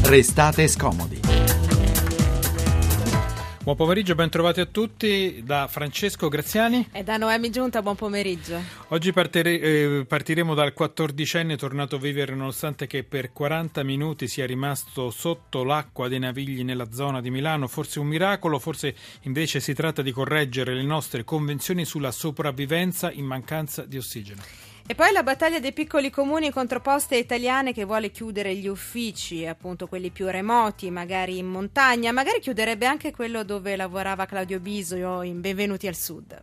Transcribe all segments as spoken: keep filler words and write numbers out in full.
Restate scomodi. Buon pomeriggio, ben trovati a tutti da Francesco Graziani e da Noemi Giunta, buon pomeriggio. Oggi partire, eh, partiremo dal quattordicenne tornato a vivere nonostante che per quaranta minuti sia rimasto sotto l'acqua dei Navigli nella zona di Milano. Forse un miracolo, forse invece si tratta di correggere le nostre convenzioni sulla sopravvivenza in mancanza di ossigeno. E poi la battaglia dei piccoli comuni contro Poste Italiane che vuole chiudere gli uffici, appunto quelli più remoti, magari in montagna, magari chiuderebbe anche quello dove lavorava Claudio Bisio in Benvenuti al Sud.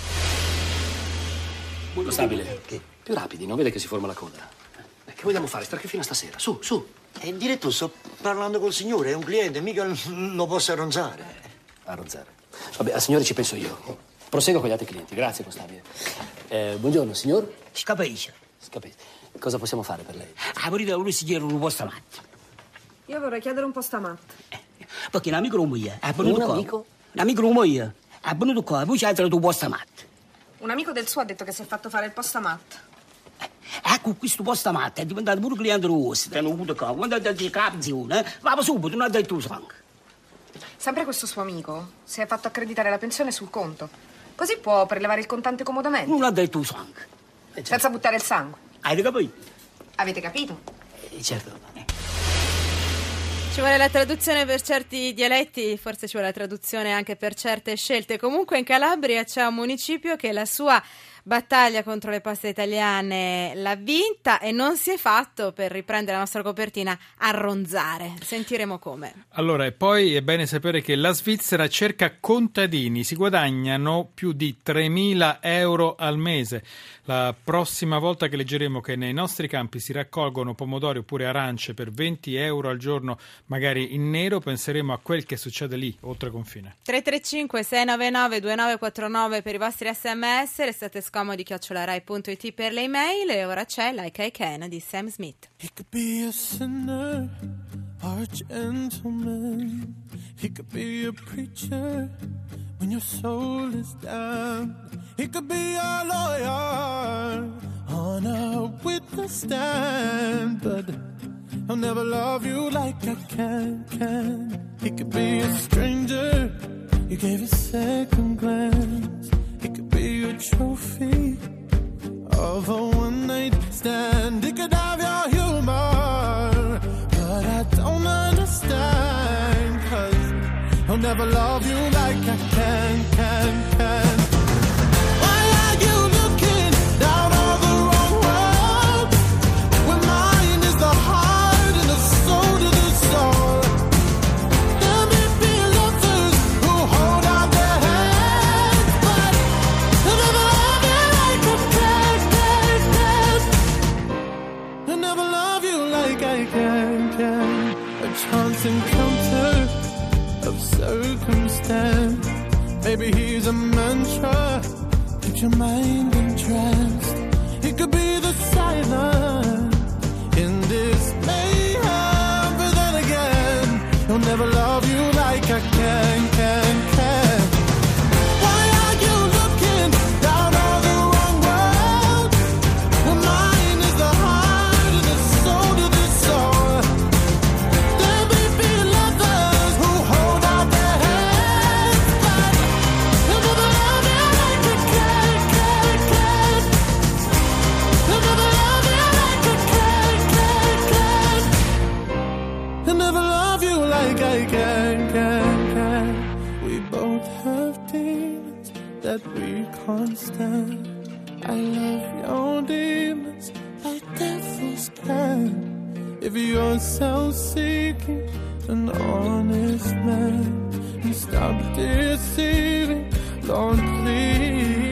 Lo stabile, che? Più rapidi, non vede che si forma la coda. Eh, che vogliamo fare? Stare che fino a stasera? Su, su. E in diretto sto parlando col signore, è un cliente, mica lo posso arronzare. Arronzare. Vabbè, al signore ci penso io. Proseggo con gli altri clienti. Grazie, constabile. Eh, buongiorno, signor? Scapaisce. Scapaisce. Cosa possiamo fare per lei? Ah, volete uno si chiede un postamatto. Io vorrei chiedere un postamatto. Eh, perché un amico non muoia. È venuto un qua. amico? Un amico non muoia. È venuto qua, poi ci ha trovato un postamatto. Un amico del suo ha detto che si è fatto fare il postamatto. Eh, ecco, questo postamatto è diventato pure cliente rosso. Hanno avuto qua. Quando ha detto che la pensione, va subito, non ha detto il sangue. Sempre questo suo amico si è fatto accreditare la pensione sul conto. Così può prelevare il contante comodamente. Non ha detto il sangue. Eh, certo. Senza buttare il sangue. Avete capito? Avete capito? Eh, certo. Ci vuole la traduzione per certi dialetti, forse ci vuole la traduzione anche per certe scelte. Comunque in Calabria c'è un municipio che la sua battaglia contro le poste italiane l'ha vinta e non si è fatto, per riprendere la nostra copertina, arronzare. Sentiremo come. Allora, e poi è bene sapere che la Svizzera cerca contadini, si guadagnano più di tremila euro al mese. La prossima volta che leggeremo che nei nostri campi si raccolgono pomodori oppure arance per venti euro al giorno, magari in nero, penseremo a quel che succede lì, oltre confine. tre tre cinque sei nove nove due nove quattro nove per i vostri sms, restate scomodi chiocciola rai punto it per le email e ora c'è Like I Can di Sam Smith. He could be a sinner or a gentleman. He could be a preacher when your soul is down. He could be a lawyer on a witness stand, but I'll never love you like I can, can. He could be a stranger you gave a second glance. He could be a trophy of a one-night stand. He could have your humor, but I don't understand, 'cause I'll never love you like I can, can, can. Why are you looking down on the wrong road when mine is the heart and the soul to the soul? There may be lovers who hold out their hands, but I'll never love you like I can, can, can. I'll never love you like I can, can. A chance encounter of circumstance. Maybe he's a mantra, keep your mind entranced. He could be the silence in this mayhem, but then again, he'll never love you like I can, can, can. Why are you looking down on the wrong road when mine is the heart and the soul to the soul? There may be lovers who hold out their hands, but they'll never love you like I can, can, can. They'll never love you like I can, can, can. They'll never love you like I can, can, can. We both have demons that we can't stand. I love your demons like devils can. If you're self-seeking, an honest man, and stop deceiving, Lord, please.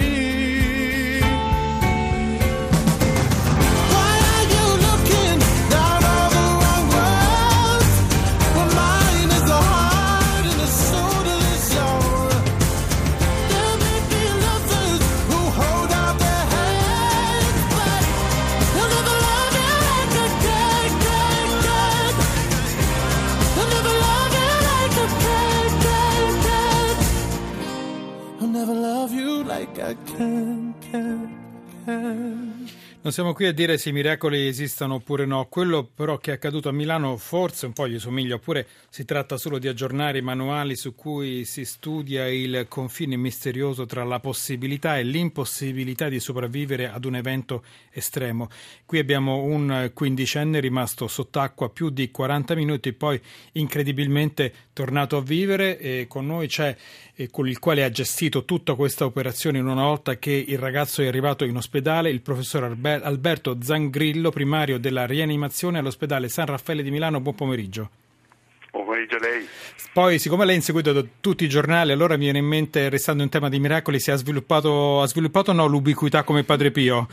Why are you looking down on the wrong road when mine is the heart and the soul to the soul? There may be lovers who hold out their hands, but they'll never love you like I can, can, can. They'll never love you like I can, can, can. I'll never love you like I can, can, can. Non siamo qui a dire se i miracoli esistano oppure no, quello però che è accaduto a Milano forse un po' gli somiglia, oppure si tratta solo di aggiornare i manuali su cui si studia il confine misterioso tra la possibilità e l'impossibilità di sopravvivere ad un evento estremo. Qui abbiamo un quindicenne rimasto sott'acqua più di quaranta minuti, poi incredibilmente tornato a vivere, e con noi c'è eh, con il quale ha gestito tutta questa operazione una volta che il ragazzo è arrivato in ospedale, il professor Alberto Alberto Zangrillo, primario della rianimazione all'ospedale San Raffaele di Milano. Buon pomeriggio. Buon pomeriggio a lei. Poi, siccome lei ha inseguito da tutti i giornali, allora mi viene in mente, restando in tema di miracoli, si è sviluppato, ha sviluppato o no l'ubiquità come Padre Pio?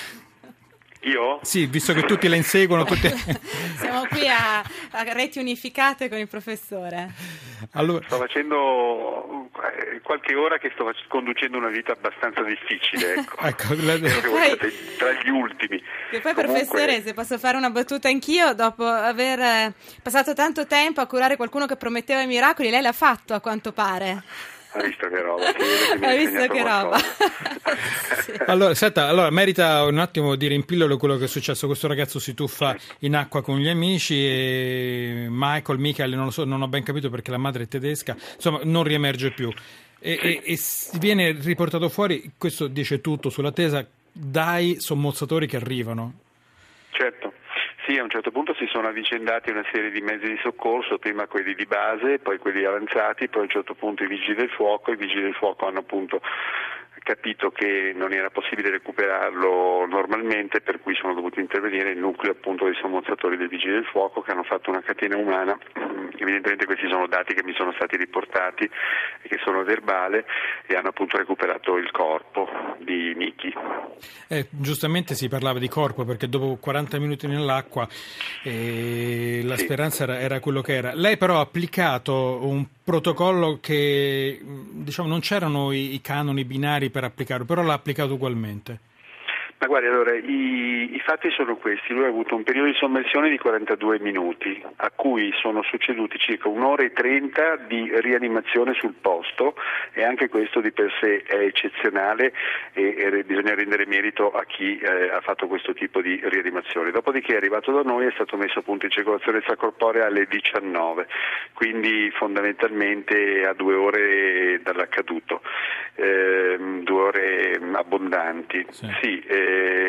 Io? Sì, visto che tutti la inseguono. Tutti... Siamo qui a, a reti unificate con il professore. Allora... Sto facendo qualche ora che sto conducendo una vita abbastanza difficile, ecco. ecco la... che voi siete tra gli ultimi. E poi, Comunque... professore, se posso fare una battuta anch'io, dopo aver passato tanto tempo a curare qualcuno che prometteva i miracoli, lei l'ha fatto a quanto pare. Ha visto che roba, sì, ha visto che roba. Sì. Allora, senta, allora merita un attimo dire in pillole quello che è successo. Questo ragazzo si tuffa in acqua con gli amici e Michael, Michael, non lo so, non ho ben capito perché la madre è tedesca, insomma, non riemerge più. E, e, e viene riportato fuori, questo dice tutto sulla tesa, dai sommozzatori che arrivano. Certo. Sì, a un certo punto si sono avvicendati una serie di mezzi di soccorso, prima quelli di base, poi quelli avanzati, poi a un certo punto i vigili del fuoco. I vigili del fuoco hanno appunto capito che non era possibile recuperarlo normalmente, per cui sono dovuti intervenire il nucleo appunto dei sommozzatori dei vigili del fuoco, che hanno fatto una catena umana. Evidentemente questi sono dati che mi sono stati riportati e che sono verbale, e hanno appunto recuperato il corpo di Miki. Eh, giustamente si parlava di corpo perché dopo quaranta minuti nell'acqua eh, la sì. speranza era, era quello che era. Lei però ha applicato un protocollo che, diciamo, non c'erano i, i canoni binari per applicarlo, però l'ha applicato ugualmente. Ma guardi, allora, i, i fatti sono questi. Lui ha avuto un periodo di sommersione di quarantadue minuti, a cui sono succeduti circa un'ora e trenta di rianimazione sul posto, e anche questo di per sé è eccezionale e, e bisogna rendere merito a chi eh, ha fatto questo tipo di rianimazione. Dopodiché è arrivato da noi, è stato messo appunto in circolazione extracorporea alle diciannove, quindi fondamentalmente a due ore dall'accaduto, eh, due ore abbondanti. Sì. Sì, eh,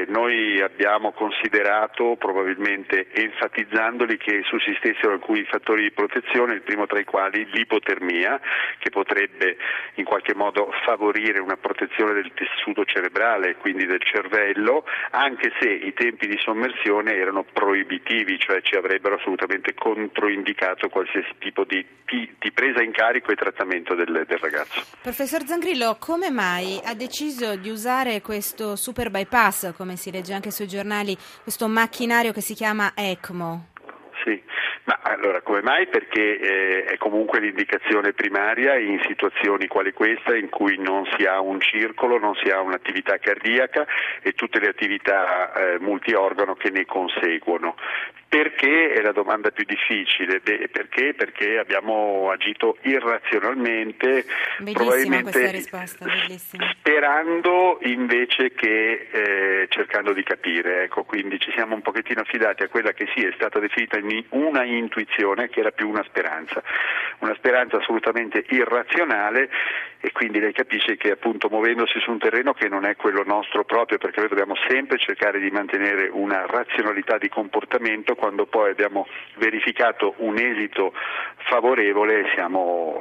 noi abbiamo considerato, probabilmente enfatizzandoli, che sussistessero alcuni fattori di protezione, il primo tra i quali l'ipotermia, che potrebbe in qualche modo favorire una protezione del tessuto cerebrale, quindi del cervello, anche se i tempi di sommersione erano proibitivi, cioè ci avrebbero assolutamente controindicato qualsiasi tipo di, di, di presa in carico e trattamento del, del ragazzo. Professor Zangrillo, come mai ha deciso di usare questo super bypass, come si legge anche sui giornali, questo macchinario che si chiama ECMO? Sì, ma allora come mai? Perché eh, è comunque l'indicazione primaria in situazioni quali questa, in cui non si ha un circolo, non si ha un'attività cardiaca e tutte le attività eh, multiorgano che ne conseguono. Perché è la domanda più difficile? Beh, perché? Perché abbiamo agito irrazionalmente, bellissima probabilmente questa risposta, bellissima. Sperando invece che eh, cercando di capire. Ecco, quindi ci siamo un pochettino affidati a quella che sì è stata definita una intuizione, che era più una speranza, una speranza assolutamente irrazionale, e quindi lei capisce che appunto muovendosi su un terreno che non è quello nostro proprio, perché noi dobbiamo sempre cercare di mantenere una razionalità di comportamento, quando poi abbiamo verificato un esito favorevole siamo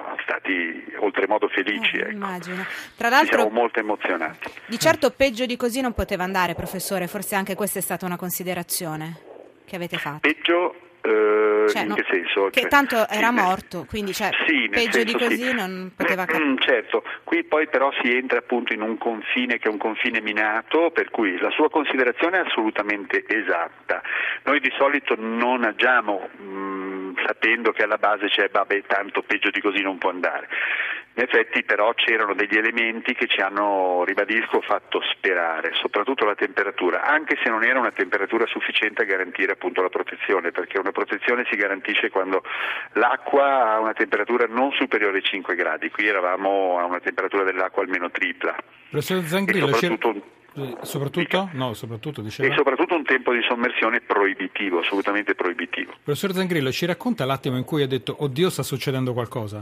stati oltremodo felici. Eh, ecco. Immagino. Tra l'altro, siamo molto emozionati. Di certo peggio di così non poteva andare, professore, forse anche questa è stata una considerazione che avete fatto. Peggio? Eh, cioè, in no, che senso? Che cioè, tanto era sì, morto, quindi cioè, sì, peggio senso, di così sì. non poteva capire. Certo, qui poi però si entra appunto in un confine che è un confine minato, per cui la sua considerazione è assolutamente esatta. Noi di solito non agiamo mh, sapendo che alla base c'è, vabbè, tanto peggio di così non può andare. In effetti però c'erano degli elementi che ci hanno, ribadisco, fatto sperare, soprattutto la temperatura, anche se non era una temperatura sufficiente a garantire appunto la protezione, perché una protezione si garantisce quando l'acqua ha una temperatura non superiore ai cinque gradi, qui eravamo a una temperatura dell'acqua almeno tripla. Professor Zangrillo, soprattutto... Soprattutto? No, soprattutto diceva. E soprattutto un tempo di sommersione proibitivo, assolutamente proibitivo. Professor Zangrillo, ci racconta l'attimo in cui ha detto oddio, sta succedendo qualcosa?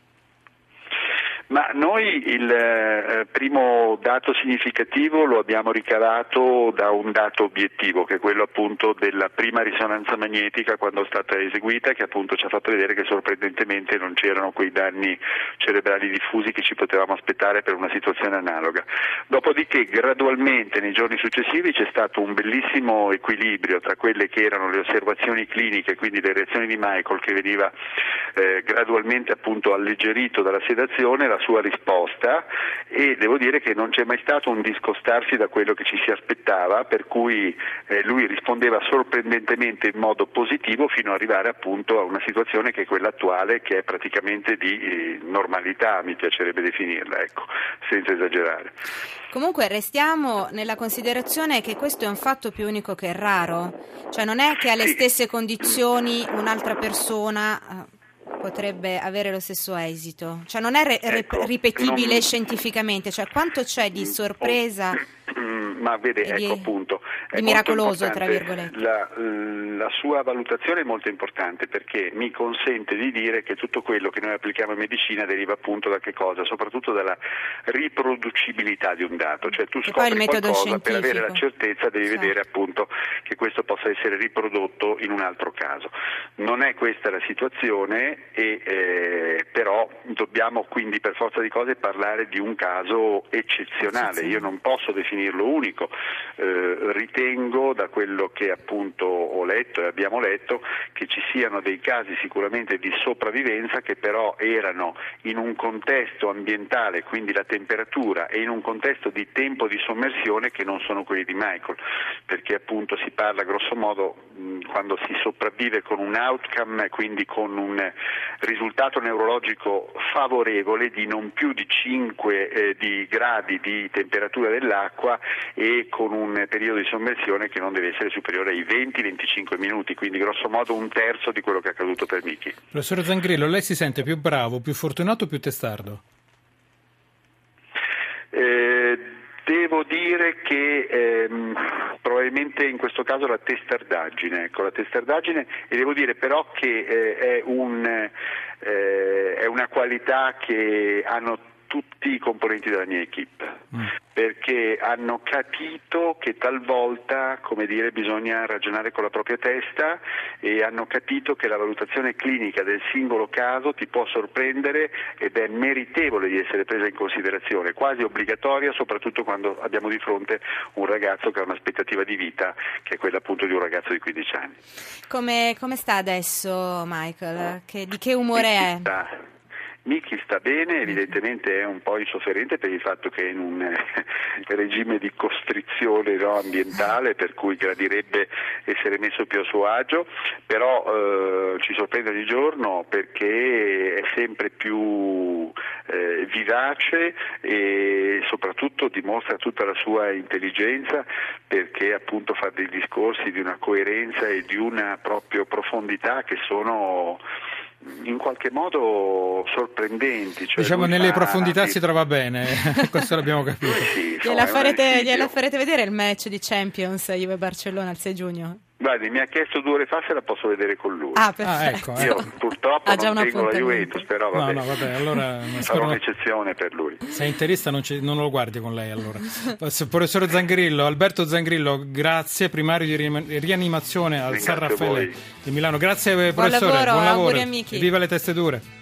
Ma noi il eh, primo dato significativo lo abbiamo ricavato da un dato obiettivo, che è quello appunto della prima risonanza magnetica quando è stata eseguita, che appunto ci ha fatto vedere che sorprendentemente non c'erano quei danni cerebrali diffusi che ci potevamo aspettare per una situazione analoga. Dopodiché gradualmente nei giorni successivi c'è stato un bellissimo equilibrio tra quelle che erano le osservazioni cliniche, quindi le reazioni di Michael, che veniva eh, gradualmente appunto alleggerito dalla sedazione, la sua risposta, e devo dire che non c'è mai stato un discostarsi da quello che ci si aspettava, per cui eh, lui rispondeva sorprendentemente in modo positivo fino ad arrivare appunto a una situazione che è quella attuale, che è praticamente di eh, normalità, mi piacerebbe definirla, ecco, senza esagerare. Comunque restiamo nella considerazione che questo è un fatto più unico che raro, cioè non è che alle sì. stesse condizioni un'altra persona potrebbe avere lo stesso esito, cioè non è re- ecco, ripetibile non... scientificamente, cioè quanto c'è di sorpresa ma vede, e di, ecco appunto, è di miracoloso tra virgolette. La, la sua valutazione è molto importante, perché mi consente di dire che tutto quello che noi applichiamo in medicina deriva appunto da che cosa? Soprattutto dalla riproducibilità di un dato, cioè tu scopri qualcosa, per avere la certezza devi esatto. vedere appunto che questo possa essere riprodotto in un altro caso. Non è questa la situazione, e eh, però dobbiamo quindi per forza di cose parlare di un caso eccezionale. Io non posso definirlo unico. Eh, ritengo, da quello che appunto ho letto e abbiamo letto, che ci siano dei casi sicuramente di sopravvivenza che però erano in un contesto ambientale, quindi la temperatura, e in un contesto di tempo di sommersione che non sono quelli di Michael, perché appunto si parla grosso modo mh, quando si sopravvive con un outcome, quindi con un risultato neurologico favorevole di non più di cinque eh, di gradi di temperatura dell'acqua e con un periodo di sommersione che non deve essere superiore ai venti venticinque minuti, quindi grosso modo un terzo di quello che è accaduto per Mickey. Professor Zangrillo, lei si sente più bravo, più fortunato o più testardo? Eh, devo dire che ehm, probabilmente in questo caso la testardaggine, ecco, la testardaggine, e devo dire però che eh, è, un, eh, è una qualità che hanno tutti i componenti della mia equipe, mm. perché hanno capito che talvolta, come dire, bisogna ragionare con la propria testa, e hanno capito che la valutazione clinica del singolo caso ti può sorprendere ed è meritevole di essere presa in considerazione, quasi obbligatoria, soprattutto quando abbiamo di fronte un ragazzo che ha un'aspettativa di vita che è quella appunto di un ragazzo di quindici anni. Come, come sta adesso Michael? Che, di che umore è? Sta. Mickey sta bene, evidentemente è un po' insofferente per il fatto che è in un eh, regime di costrizione, no, ambientale, per cui gradirebbe essere messo più a suo agio, però eh, ci sorprende ogni giorno perché è sempre più eh, vivace e soprattutto dimostra tutta la sua intelligenza, perché appunto fa dei discorsi di una coerenza e di una proprio profondità che sono in qualche modo sorprendenti. Cioè diciamo nelle fa... profondità si trova bene, questo l'abbiamo capito. Sì, gliela, farete, gliela farete vedere il match di Champions Juve Barcellona il sei giugno? Guardi, mi ha chiesto due ore fa se la posso vedere con lui. Ah, perfetto. Ah, ecco, Io purtroppo ha già non un tengo la Juventus, però vabbè. No, no, vabbè, allora farò un'eccezione per lui. Se è interista non, non lo guardi con lei allora. Professore Zangrillo, Alberto Zangrillo, grazie, primario di rianimazione al San Raffaele di Milano. Grazie professore, buon lavoro, buon lavoro. auguri amici. E viva le teste dure.